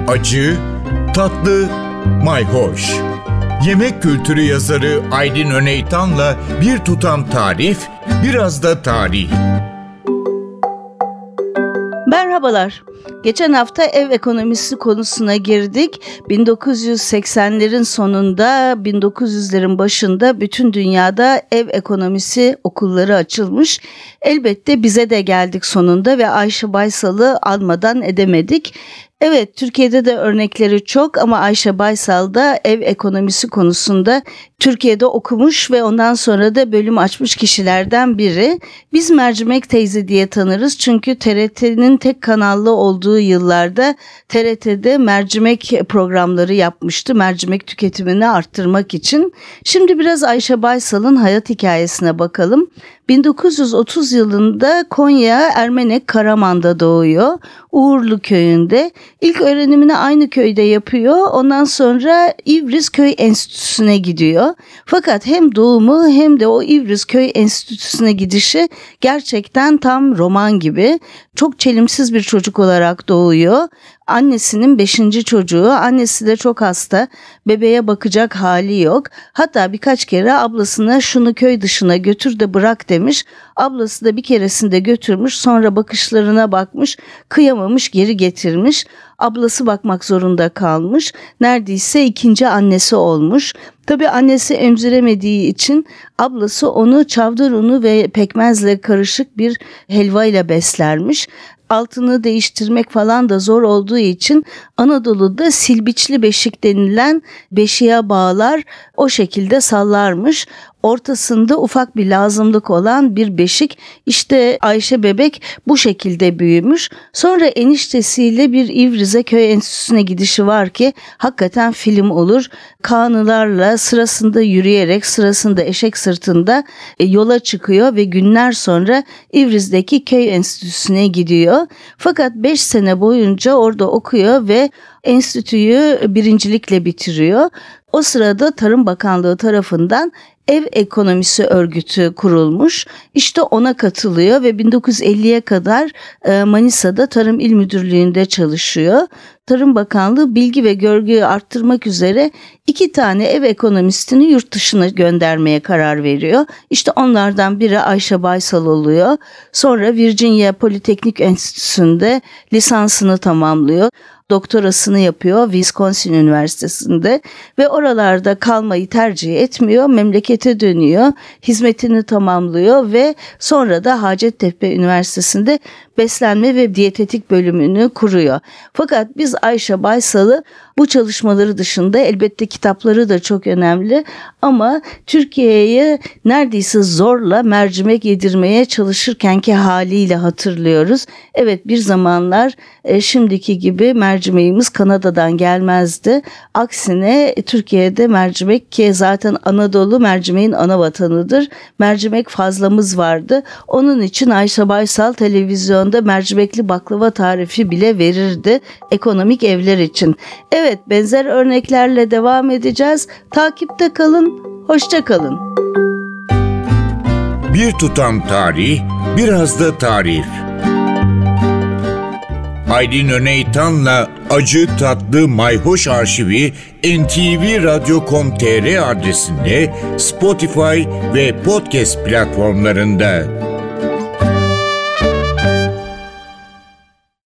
acı, tatlı, mayhoş. Yemek kültürü yazarı Aydin Öneytan'la bir tutam tarif, biraz da tarih. Merhabalar. Geçen hafta ev ekonomisi konusuna girdik. 1980'lerin sonunda, 1900'lerin başında bütün dünyada ev ekonomisi okulları açılmış. Elbette bize de geldik sonunda ve Ayşe Baysal'ı almadan edemedik. Evet, Türkiye'de de örnekleri çok ama Ayşe Baysal da ev ekonomisi konusunda Türkiye'de okumuş ve ondan sonra da bölüm açmış kişilerden biri. Biz Mercimek Teyze diye tanırız çünkü TRT'nin tek kanallı olduğu yıllarda TRT'de mercimek programları yapmıştı, mercimek tüketimini arttırmak için. Şimdi biraz Ayşe Baysal'ın hayat hikayesine bakalım. 1930 yılında Konya Ermenek Karaman'da doğuyor. Uğurlu köyünde. İlk öğrenimini aynı köyde yapıyor. Ondan sonra İvriz Köy Enstitüsü'ne gidiyor. Fakat hem doğumu hem de o İvriz Köy Enstitüsü'ne gidişi gerçekten tam roman gibi. Çok çelimsiz bir çocuk olarak doğuyor. Annesinin 5. çocuğu, annesi de çok hasta, bebeğe bakacak hali yok. Hatta birkaç kere ablasına şunu köy dışına götür de bırak demiş. Ablası da bir keresinde götürmüş, sonra bakışlarına bakmış, kıyamamış, geri getirmiş. Ablası bakmak zorunda kalmış. Neredeyse ikinci annesi olmuş. Tabii annesi emziremediği için ablası onu çavdar unu ve pekmezle karışık bir helva ile beslermiş. Altını değiştirmek falan da zor olduğu için Anadolu'da silbiçli beşik denilen beşiğe bağlar, o şekilde sallarmış. Ortasında ufak bir lazımlık olan bir beşik. İşte Ayşe bebek bu şekilde büyümüş. Sonra eniştesiyle bir İvriz'e köy enstitüsüne gidişi var ki hakikaten film olur. Kağnılarla sırasında yürüyerek, sırasında eşek sırtında yola çıkıyor ve günler sonra İvriz'deki köy enstitüsüne gidiyor. Fakat 5 sene boyunca orada okuyor ve enstitüyü birincilikle bitiriyor. O sırada Tarım Bakanlığı tarafından Ev Ekonomisi Örgütü kurulmuş. İşte ona katılıyor ve 1950'ye kadar Manisa'da Tarım İl Müdürlüğü'nde çalışıyor. Tarım Bakanlığı bilgi ve görgüyü arttırmak üzere 2 tane ev ekonomistini yurt dışına göndermeye karar veriyor. İşte onlardan biri Ayşe Baysal oluyor. Sonra Virginia Politeknik Enstitüsü'nde lisansını tamamlıyor. Doktorasını yapıyor Wisconsin Üniversitesi'nde ve oralarda kalmayı tercih etmiyor. Memlekete dönüyor, hizmetini tamamlıyor ve sonra da Hacettepe Üniversitesi'nde beslenme ve diyetetik bölümünü kuruyor. Fakat biz Ayşe Baysal'ı bu çalışmaları dışında, elbette kitapları da çok önemli ama Türkiye'ye neredeyse zorla mercimek yedirmeye çalışırkenki haliyle hatırlıyoruz. Evet, bir zamanlar şimdiki gibi mercimeğimiz Kanada'dan gelmezdi. Aksine Türkiye'de mercimek, ki zaten Anadolu mercimeğin ana vatanıdır, mercimek fazlamız vardı. Onun için Ayşe Baysal televizyonda mercimekli baklava tarifi bile verirdi ekonomik evler için. Evet, benzer örneklerle devam edeceğiz. Takipte kalın, hoşça kalın. Bir tutam tarih, biraz da tarif. Aydin Öneytan'la acı tatlı mayhoş arşivi ntvradio.com.tr adresinde, Spotify ve podcast platformlarında.